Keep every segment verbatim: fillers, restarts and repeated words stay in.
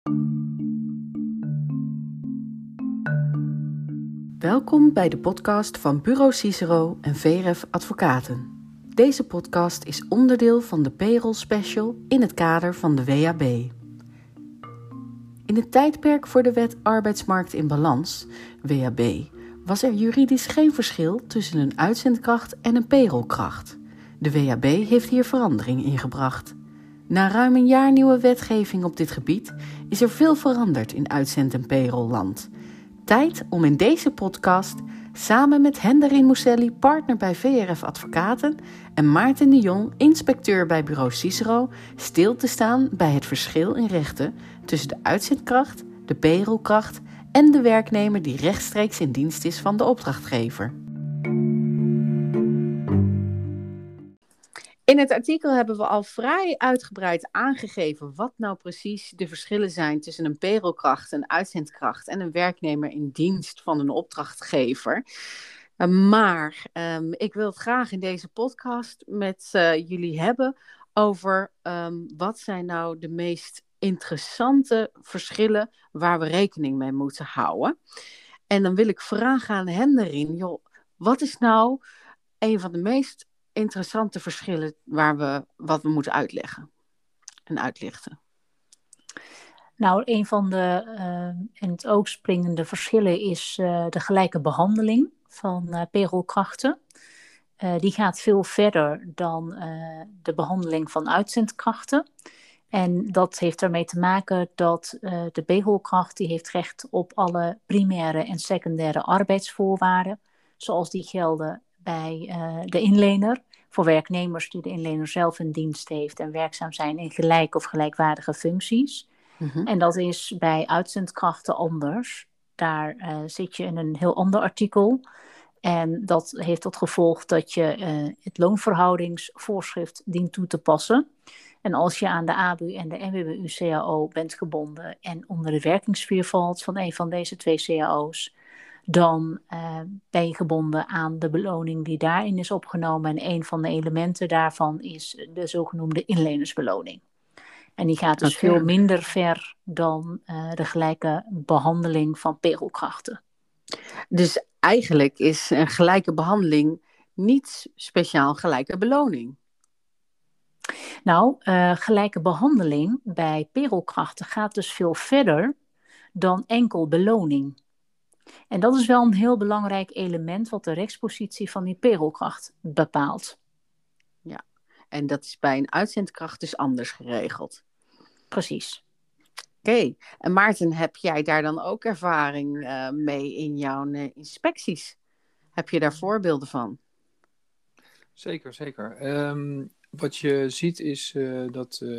Welkom bij de podcast van Bureau Cicero en V R F Advocaten. Deze podcast is onderdeel van de Payroll Special in het kader van de W A B. In het tijdperk voor de wet arbeidsmarkt in balans, W A B, was er juridisch geen verschil tussen een uitzendkracht en een payrollkracht. De W A B heeft hier verandering in gebracht. Na ruim een jaar nieuwe wetgeving op dit gebied is er veel veranderd in uitzend- en payrollland. Tijd om in deze podcast samen met Henderin Mousselli, partner bij V R F Advocaten, en Maarten de Jong, inspecteur bij Bureau Cicero, stil te staan bij het verschil in rechten tussen de uitzendkracht, de payrollkracht en de werknemer die rechtstreeks in dienst is van de opdrachtgever. In het artikel hebben we al vrij uitgebreid aangegeven wat nou precies de verschillen zijn tussen een payrollkracht, een uitzendkracht en een werknemer in dienst van een opdrachtgever. Uh, maar um, ik wil het graag in deze podcast met uh, jullie hebben over um, wat zijn nou de meest interessante verschillen waar we rekening mee moeten houden. En dan wil ik vragen aan Henderin, joh, wat is nou een van de meest interessante verschillen waar we wat we moeten uitleggen en uitlichten? Nou, een van de uh, in het oog springende verschillen is uh, de gelijke behandeling van uh, payrollkrachten. Uh, die gaat veel verder dan uh, de behandeling van uitzendkrachten. En dat heeft ermee te maken dat uh, de payrollkracht die heeft recht op alle primaire en secundaire arbeidsvoorwaarden, zoals die gelden bij uh, de inlener, voor werknemers die de inlener zelf in dienst heeft en werkzaam zijn in gelijk of gelijkwaardige functies. Mm-hmm. En dat is bij uitzendkrachten anders. Daar uh, zit je in een heel ander artikel. En dat heeft tot gevolg dat je uh, het loonverhoudingsvoorschrift dient toe te passen. En als je aan de A B U en de M B B U C A O bent gebonden en onder de werkingssfeer valt van een van deze twee C A O's, dan uh, ben je gebonden aan de beloning die daarin is opgenomen. En een van de elementen daarvan is de zogenoemde inlenersbeloning. En die gaat dus okay. veel minder ver dan uh, de gelijke behandeling van payrollkrachten. Dus eigenlijk is een gelijke behandeling niet speciaal gelijke beloning. Nou, uh, gelijke behandeling bij payrollkrachten gaat dus veel verder dan enkel beloning. En dat is wel een heel belangrijk element wat de rechtspositie van die payrollkracht bepaalt. Ja, en dat is bij een uitzendkracht dus anders geregeld. Precies. Oké, okay. En Maarten, heb jij daar dan ook ervaring uh, mee in jouw uh, inspecties? Heb je daar voorbeelden van? Zeker, zeker. Um, wat je ziet is uh, dat uh,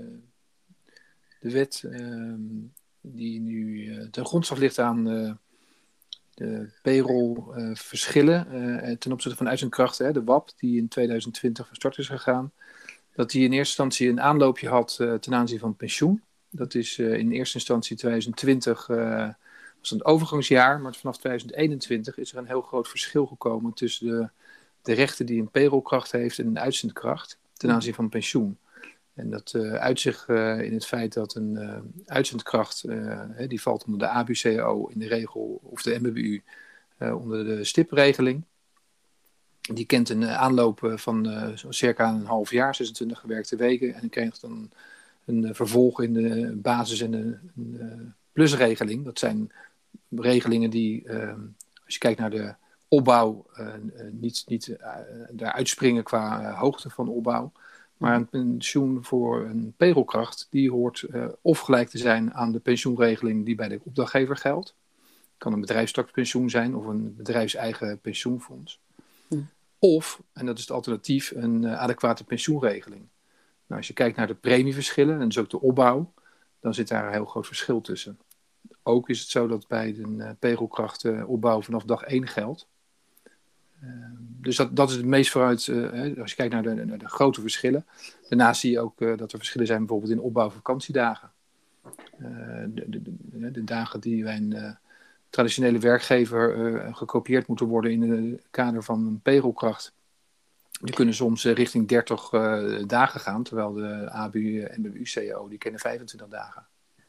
de wet uh, die nu uh, ten grondslag ligt aan uh, de payroll-verschillen uh, ten opzichte van uitzendkrachten, hè, de W A P, die in tweeduizend twintig van start is gegaan, dat die in eerste instantie een aanloopje had uh, ten aanzien van pensioen. Dat is uh, in eerste instantie tweeduizend twintig uh, was een overgangsjaar, maar vanaf tweeduizend eenentwintig is er een heel groot verschil gekomen tussen de, de rechten die een payrollkracht heeft en een uitzendkracht ten aanzien van pensioen. En dat uh, uitzicht uh, in het feit dat een uh, uitzendkracht, uh, hè, die valt onder de A B U C A O in de regel, of de M B B U uh, onder de stipregeling. Die kent een uh, aanloop van uh, zo circa een half jaar, zesentwintig gewerkte weken. En krijgt dan een uh, vervolg in de basis- en de een, uh, plusregeling. Dat zijn regelingen die, uh, als je kijkt naar de opbouw, uh, uh, niet, niet uh, daar uitspringen qua uh, hoogte van opbouw. Maar een pensioen voor een payrollkracht, die hoort uh, of gelijk te zijn aan de pensioenregeling die bij de opdrachtgever geldt. Het kan een bedrijfstakpensioen zijn of een bedrijfseigen pensioenfonds. Hm. Of, en dat is het alternatief, een uh, adequate pensioenregeling. Nou, als je kijkt naar de premieverschillen en dus ook de opbouw, dan zit daar een heel groot verschil tussen. Ook is het zo dat bij de uh, payrollkracht uh, opbouw vanaf dag één geldt. Uh, dus dat, dat is het meest vooruit, uh, als je kijkt naar de, naar de grote verschillen. Daarnaast zie je ook uh, dat er verschillen zijn bijvoorbeeld in opbouw van vakantiedagen. Uh, de, de, de, de dagen die bij een uh, traditionele werkgever uh, gekopieerd moeten worden in het kader van een payrollkracht. Die kunnen soms uh, richting dertig uh, dagen gaan, terwijl de A B U en de U C O die kennen vijfentwintig dagen.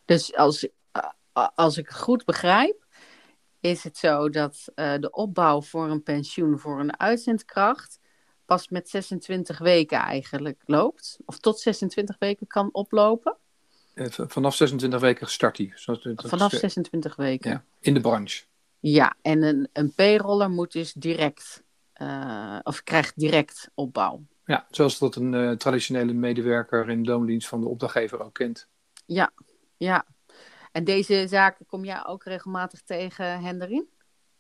Dus als, uh, als ik het goed begrijp, is het zo dat uh, de opbouw voor een pensioen voor een uitzendkracht pas met zesentwintig weken eigenlijk loopt. Of tot zesentwintig weken kan oplopen. Uh, vanaf zesentwintig weken start die. Zoals dat Vanaf is, zesentwintig weken. Ja, in de branche. Ja, en een, een payroller moet dus direct, uh, of krijgt direct opbouw. Ja, zoals dat een uh, traditionele medewerker in de loondienst van de opdrachtgever ook kent. Ja, ja. En deze zaken kom jij ook regelmatig tegen, Henderien?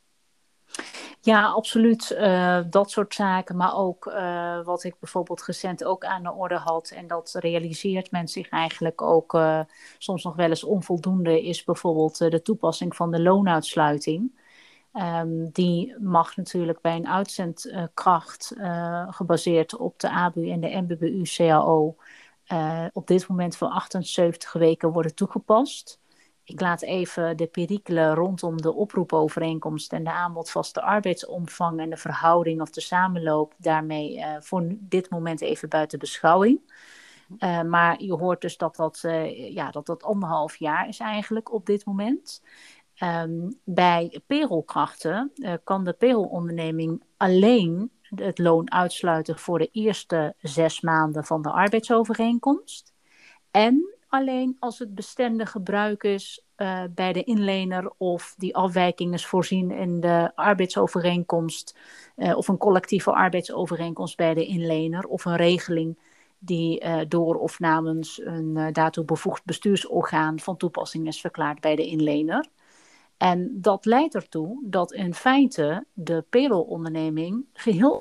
Ja, absoluut. Uh, dat soort zaken. Maar ook uh, wat ik bijvoorbeeld recent ook aan de orde had. En dat realiseert men zich eigenlijk ook uh, soms nog wel eens onvoldoende. Is bijvoorbeeld uh, de toepassing van de loonuitsluiting. Um, die mag natuurlijk bij een uitzendkracht uh, gebaseerd op de A B U en de M B B U C A O. Uh, op dit moment voor achtenzeventig weken worden toegepast. Ik laat even de perikelen rondom de oproepovereenkomst en de aanbodvaste arbeidsomvang en de verhouding of de samenloop daarmee uh, voor dit moment even buiten beschouwing. Uh, maar je hoort dus dat dat, uh, ja, dat dat anderhalf jaar is eigenlijk op dit moment. Um, bij payrollkrachten uh, kan de payrollonderneming alleen het loon uitsluiten voor de eerste zes maanden van de arbeidsovereenkomst. En alleen als het bestendig gebruik is uh, bij de inlener of die afwijking is voorzien in de arbeidsovereenkomst uh, of een collectieve arbeidsovereenkomst bij de inlener of een regeling die uh, door of namens een uh, daartoe bevoegd bestuursorgaan van toepassing is verklaard bij de inlener. En dat leidt ertoe dat in feite de payrollonderneming geheel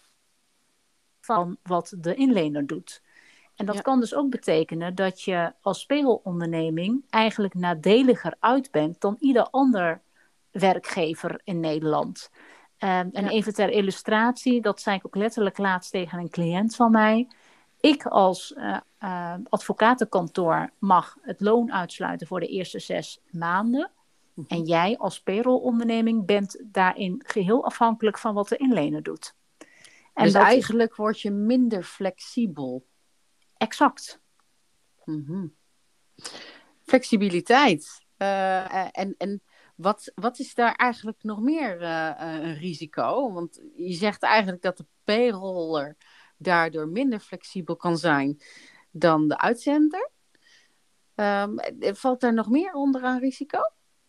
van wat de inlener doet. En dat ja. kan dus ook betekenen dat je als payrollonderneming eigenlijk nadeliger uit bent dan ieder ander werkgever in Nederland. Um, en ja. even ter illustratie, dat zei ik ook letterlijk laatst tegen een cliënt van mij. Ik als uh, uh, advocatenkantoor mag het loon uitsluiten voor de eerste zes maanden. En jij als payrollonderneming bent daarin geheel afhankelijk van wat de inlener doet. En dus dat eigenlijk is... word je minder flexibel. Exact. Mm-hmm. Flexibiliteit. Uh, en en wat, wat is daar eigenlijk nog meer uh, een risico? Want je zegt eigenlijk dat de payroller daardoor minder flexibel kan zijn dan de uitzender. Um, valt daar nog meer onder aan risico?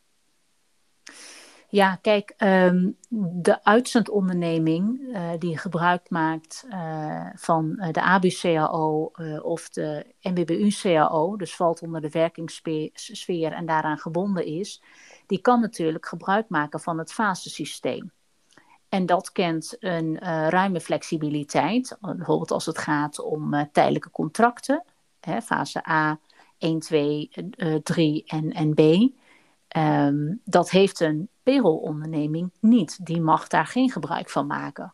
Ja, kijk, um, de uitzendonderneming uh, die gebruik maakt uh, van uh, de A B U C A O uh, of de M B B U C A O, dus valt onder de werkingssfeer en daaraan gebonden is, die kan natuurlijk gebruik maken van het fasesysteem. En dat kent een uh, ruime flexibiliteit, bijvoorbeeld als het gaat om uh, tijdelijke contracten, hè, fase A, één, twee, drie en, en B. Um, dat heeft een payrollonderneming niet. Die mag daar geen gebruik van maken.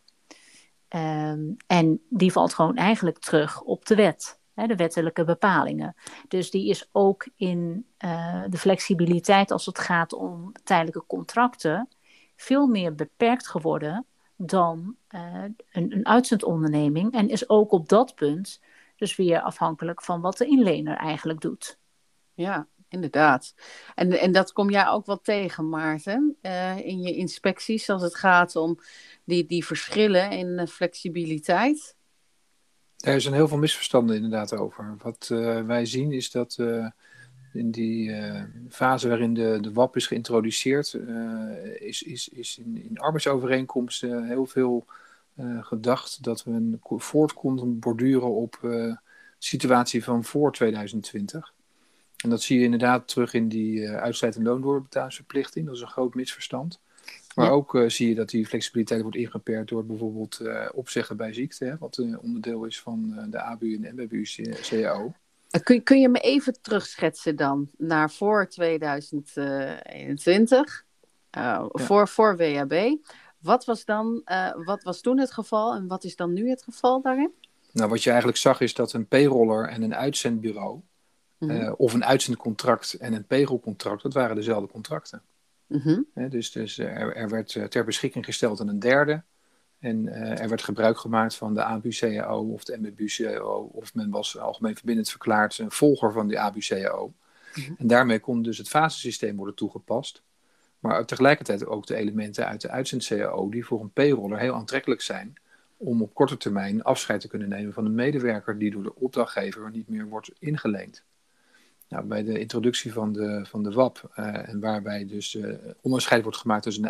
Um, en die valt gewoon eigenlijk terug op de wet. Hè, de wettelijke bepalingen. Dus die is ook in uh, de flexibiliteit als het gaat om tijdelijke contracten veel meer beperkt geworden dan uh, een, een uitzendonderneming. En is ook op dat punt dus weer afhankelijk van wat de inlener eigenlijk doet. Ja. Inderdaad. En, en dat kom jij ook wel tegen, Maarten, uh, in je inspecties als het gaat om die, die verschillen in uh, flexibiliteit? Er zijn heel veel misverstanden inderdaad over. Wat uh, wij zien is dat uh, in die uh, fase waarin de, de W A P is geïntroduceerd, uh, is, is, is in, in arbeidsovereenkomsten heel veel uh, gedacht dat we een voort konden borduren op uh, de situatie van voor tweeduizend twintig. En dat zie je inderdaad terug in die uh, uitsluitende loondoorbetalingsverplichting. Dat is een groot misverstand. Maar ja. ook uh, zie je dat die flexibiliteit wordt ingeperkt door bijvoorbeeld uh, opzeggen bij ziekte. Hè, wat een onderdeel is van uh, de A B U en de M B B U C A O. Kun, kun je me even terugschetsen dan naar voor tweeduizend eenentwintig, uh, ja. voor, voor W H B. Wat was, dan, uh, wat was toen het geval en wat is dan nu het geval daarin? Nou, wat je eigenlijk zag is dat een payroller en een uitzendbureau... Mm-hmm. Uh, of een uitzendcontract en een payrollcontract, dat waren dezelfde contracten. Mm-hmm. He, dus dus er, er werd uh, ter beschikking gesteld aan een derde. En uh, er werd gebruik gemaakt van de A B U C A O of de M B B U C A O. Of men was algemeen verbindend verklaard een volger van de A B U C A O. Mm-hmm. En daarmee kon dus het fasesysteem worden toegepast. Maar tegelijkertijd ook de elementen uit de uitzend-C A O die voor een payroller heel aantrekkelijk zijn om op korte termijn afscheid te kunnen nemen van een medewerker die door de opdrachtgever niet meer wordt ingeleend. Nou, bij de introductie van de, van de W A P uh, en waarbij dus uh, onderscheid wordt gemaakt tussen een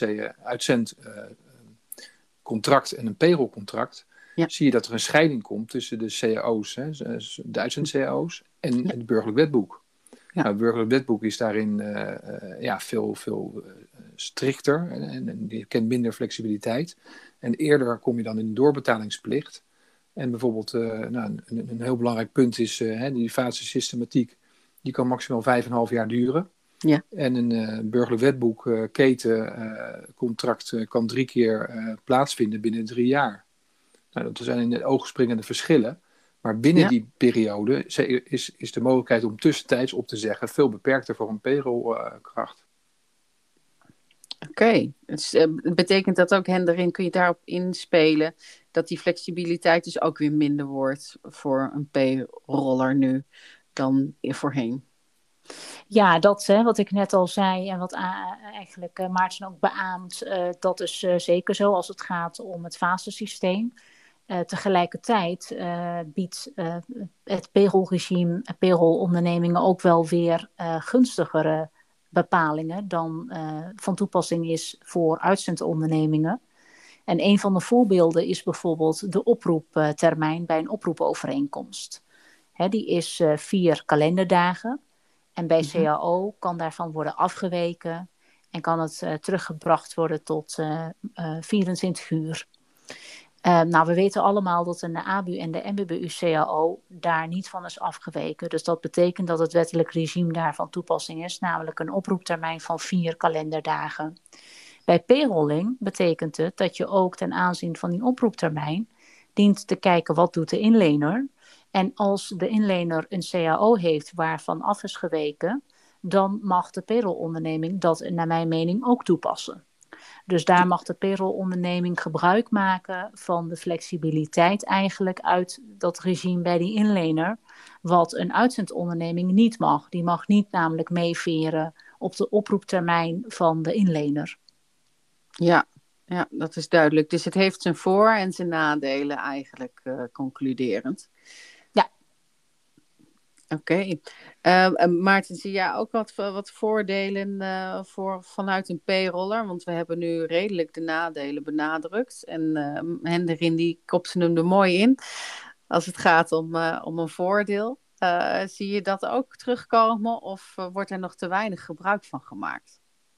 uitzendcontract en een payrollcontract, ja. zie je dat er een scheiding komt tussen de C A O's, hè, de uitzend-C A O's en ja. het burgerlijk wetboek. Ja. Nou, het burgerlijk wetboek is daarin uh, uh, ja, veel, veel uh, strikter en, en, en je kent minder flexibiliteit. En eerder kom je dan in de doorbetalingsplicht. En bijvoorbeeld uh, nou, een, een heel belangrijk punt is uh, hè, die fasesystematiek. Die kan maximaal vijf en een half jaar duren. Ja. En een uh, burgerlijk wetboek uh, ketencontract uh, uh, kan drie keer uh, plaatsvinden binnen drie jaar. Nou, dat zijn in de ogen springende verschillen. Maar binnen ja. die periode is, is de mogelijkheid om tussentijds op te zeggen veel beperkter voor een payrollkracht. Oké, okay. Dus, uh, betekent dat ook, Henderin, kun je daarop inspelen dat die flexibiliteit dus ook weer minder wordt voor een payroller nu dan voorheen? Ja, dat hè, wat ik net al zei en wat a- eigenlijk uh, Maarten ook beaamt, uh, dat is uh, zeker zo als het gaat om het fasesysteem. Uh, tegelijkertijd uh, biedt uh, het payrollregime, payrollondernemingen ook wel weer uh, gunstigere bepalingen dan uh, van toepassing is voor uitzendondernemingen. En een van de voorbeelden is bijvoorbeeld de oproeptermijn bij een oproepovereenkomst. Hè, die is uh, vier kalenderdagen en bij C A O kan daarvan worden afgeweken en kan het uh, teruggebracht worden tot uh, uh, vierentwintig uur. Uh, nou, we weten allemaal dat in de A B U en de M B B U C A O daar niet van is afgeweken. Dus dat betekent dat het wettelijk regime daar van toepassing is, namelijk een oproeptermijn van vier kalenderdagen. Bij payrolling betekent het dat je ook ten aanzien van die oproeptermijn dient te kijken wat doet de inlener. En als de inlener een C A O heeft waarvan af is geweken, dan mag de payrollonderneming dat naar mijn mening ook toepassen. Dus daar mag de payrollonderneming gebruik maken van de flexibiliteit eigenlijk uit dat regime bij die inlener, wat een uitzendonderneming niet mag. Die mag niet namelijk meeveren op de oproeptermijn van de inlener. Ja, ja, dat is duidelijk. Dus het heeft zijn voor- en zijn nadelen eigenlijk, uh, concluderend. Ja. Oké. Okay. Uh, Maarten, zie jij ook wat, wat voordelen uh, voor, vanuit een payroller? Want we hebben nu redelijk de nadelen benadrukt. En uh, Henderin die kopte hem er mooi in. Als het gaat om, uh, om een voordeel. Uh, zie je dat ook terugkomen? Of uh, wordt er nog te weinig gebruik van gemaakt?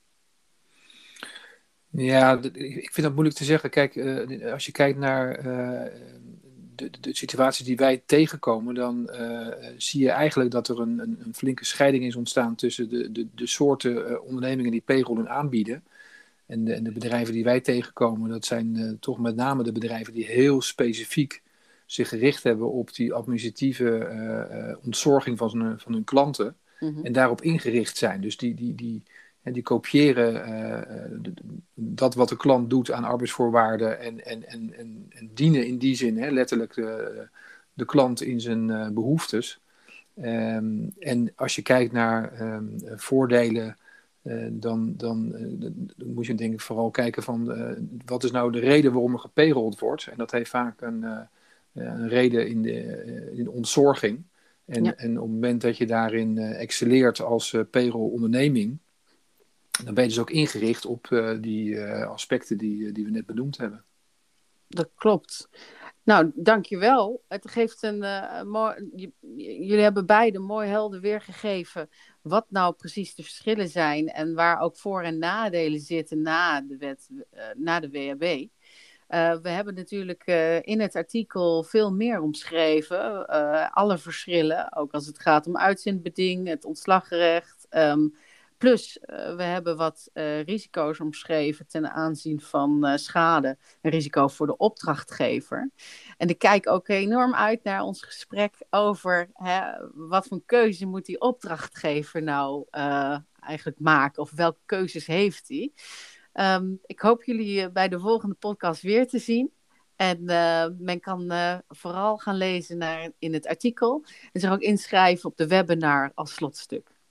Ja, ik vind dat moeilijk te zeggen. Kijk, uh, als je kijkt naar uh, de, de situatie die wij tegenkomen, dan uh, zie je eigenlijk dat er een, een, een flinke scheiding is ontstaan tussen de, de, de soorten uh, ondernemingen die payrollen aanbieden. En de, en de bedrijven die wij tegenkomen, dat zijn uh, toch met name de bedrijven die heel specifiek zich gericht hebben op die administratieve uh, uh, ontzorging van, zijn, van hun klanten. Mm-hmm. En daarop ingericht zijn. Dus die... die, die En die kopiëren uh, de, dat wat de klant doet aan arbeidsvoorwaarden en, en, en, en, en dienen in die zin, hè, letterlijk de, de klant in zijn uh, behoeftes. Um, en als je kijkt naar um, voordelen, uh, dan, dan, uh, dan moet je denk ik vooral kijken van uh, wat is nou de reden waarom er gepayrolled wordt. En dat heeft vaak een, uh, een reden in de, uh, in de ontzorging. En, ja. en op het moment dat je daarin uh, excelleert als uh, payroll-onderneming, dan ben je dus ook ingericht op uh, die uh, aspecten die, die we net benoemd hebben. Dat klopt. Nou, dankjewel. Het geeft een uh, mooi... J- jullie hebben beide mooi helder weergegeven wat nou precies de verschillen zijn en waar ook voor- en nadelen zitten na de wet, uh, na de W H B. Uh, we hebben natuurlijk uh, in het artikel veel meer omschreven. Uh, alle verschillen, ook als het gaat om uitzendbeding, het ontslagrecht. Um, Plus, uh, we hebben wat uh, risico's omschreven ten aanzien van uh, schade. Een risico voor de opdrachtgever. En ik kijk ook enorm uit naar ons gesprek over hè, wat voor keuze moet die opdrachtgever nou uh, eigenlijk maken. Of welke keuzes heeft hij. Um, ik hoop jullie bij de volgende podcast weer te zien. En uh, men kan uh, vooral gaan lezen naar, in het artikel. En zich ook inschrijven op de webinar als slotstuk.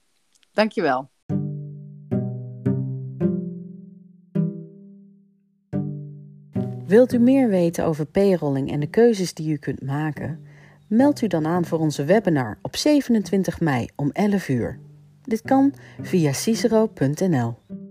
Dankjewel. Wilt u meer weten over payrolling en de keuzes die u kunt maken? Meld u dan aan voor onze webinar op zevenentwintig mei om elf uur. Dit kan via cicero punt n l.